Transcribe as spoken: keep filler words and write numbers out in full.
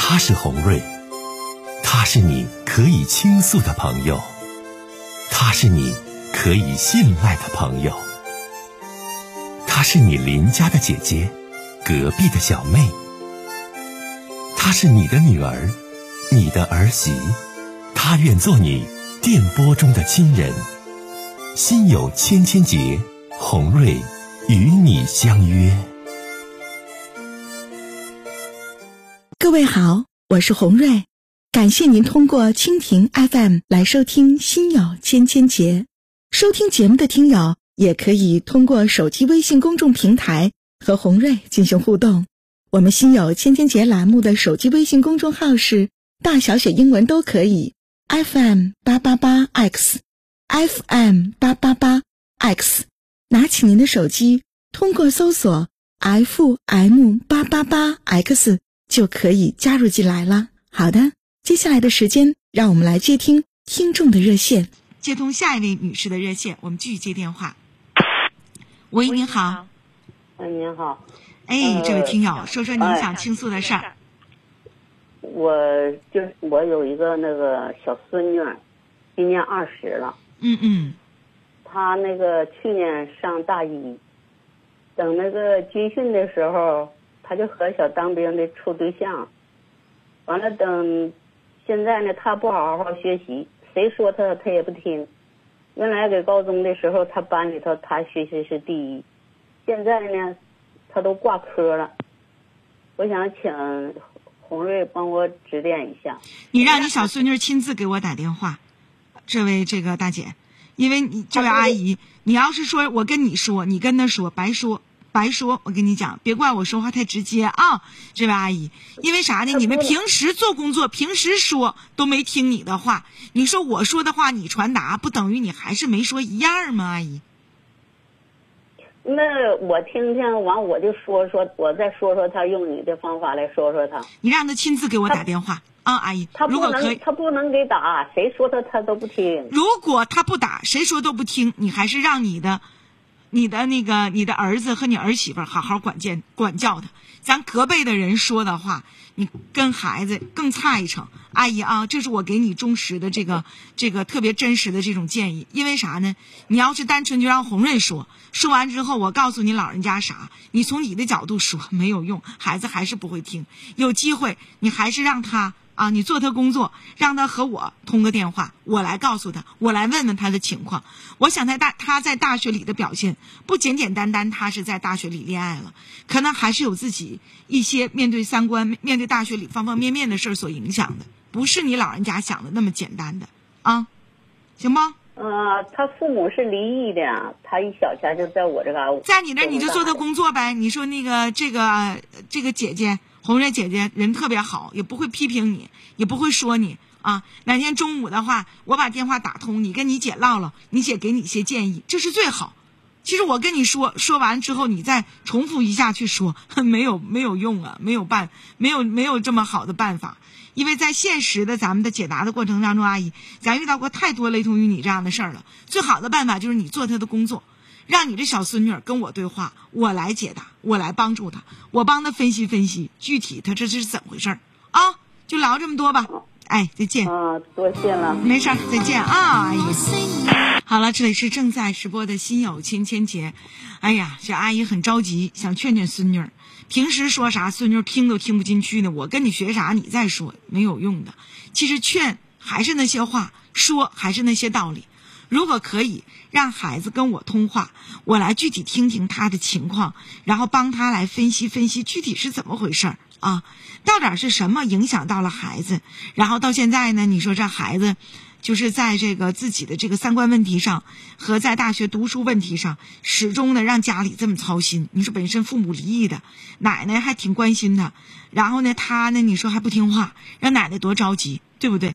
他是洪瑞，他是你可以倾诉的朋友，他是你可以信赖的朋友，她是你邻家的姐姐，隔壁的小妹，她是你的女儿，你的儿媳，她愿做你电波中的亲人。心有千千结，洪瑞与你相约。 各位好，我是洪瑞，感谢您通过蜻蜓 F M 来收听心有千千结。收听节目的听友也可以通过手机微信公众平台和洪瑞进行互动。我们心有千千结栏目的手机微信公众号是大小写英文都可以 F M 八八八 X F M 八八八 X， 拿起您的手机，通过搜索 F M 八八八 X 就可以加入进来了。好的，接下来的时间让我们来接听听众的热线。 接通下一位女士的热线，我们继续接电话。喂，您好。 哎，您好。 哎，呃、这位听友，说说您想倾诉的事儿。 哎、我就我有一个那个小孙女，今年二十了。 嗯嗯。 她那个去年上大一，等那个军训的时候，她就和小当兵的处对象。完了，等现在呢，她不好好学习。谁说他他也不听，原来给高中的时候他班里头他学习是第一，现在呢他都挂科了。我想请洪瑞帮我指点一下。 你让你小孙女亲自给我打电话，这位这个大姐，因为你这位阿姨，你要是说我跟你说，你跟她说白说白说，我跟你讲，别怪我说话太直接啊，这位阿姨，因为啥呢？你们平时做工作，平时说都没听你的话，你说我说的话你传达，不等于你还是没说一样吗？阿姨， 那我听听完我就说说，我再说说他用你的方法来说说他。 你让他亲自给我打电话啊，阿姨。 他不能，他不能给打，谁说他他都不听。 如果他不打，谁说都不听，你还是让你的。你的那个你的儿子和你儿媳妇好好管见管教他，咱隔辈的人说的话，你跟孩子更差一层。阿姨啊，这是我给你忠实的这个这个特别真实的这种建议。因为啥呢？你要是单纯就让洪瑞说，说完之后我告诉你老人家啥，你从你的角度说没有用，孩子还是不会听。有机会你还是让他啊，你做他工作，让他和我通个电话，我来告诉他，我来问问他的情况。我想他大他在大学里的表现，不简简单单他是在大学里恋爱了，可能还是有自己一些面对三观、面对大学里方方面面的事所影响的，不是你老人家想的那么简单的啊，行吗？ 呃，他父母是离异的，他一小家就在我这嘎、个， 在你这你就做他工作呗。你说那个这个这个姐姐。红瑞姐姐人特别好，也不会批评你，也不会说你啊。哪天中午的话，我把电话打通，你跟你姐唠唠，你姐给你一些建议，这是最好。其实我跟你说，说完之后你再重复一下去说，没有没有用啊，没有办，没有没有这么好的办法。因为在现实的咱们的解答的过程当中，阿姨，咱遇到过太多雷同于你这样的事儿了。最好的办法就是你做她的工作。让你这小孙女跟我对话，我来解答，我来帮助她，我帮她分析分析具体她这是怎么回事啊？就聊这么多吧，哎，再见。 啊，多谢了。 没事，再见啊，阿姨。好了，这里是正在直播的心有千千结。哎呀，这阿姨很着急，想劝劝孙女。平时说啥孙女听都听不进去呢，我跟你学啥你再说没有用的。其实劝还是那些话，说还是那些道理。如果可以让孩子跟我通话，我来具体听听他的情况，然后帮他来分析分析具体是怎么回事啊，到底是什么影响到了孩子，然后到现在呢，你说这孩子就是在这个自己的这个三观问题上和在大学读书问题上始终的让家里这么操心。你说本身父母离异的，奶奶还挺关心他，然后呢他呢你说还不听话，让奶奶多着急，对不对？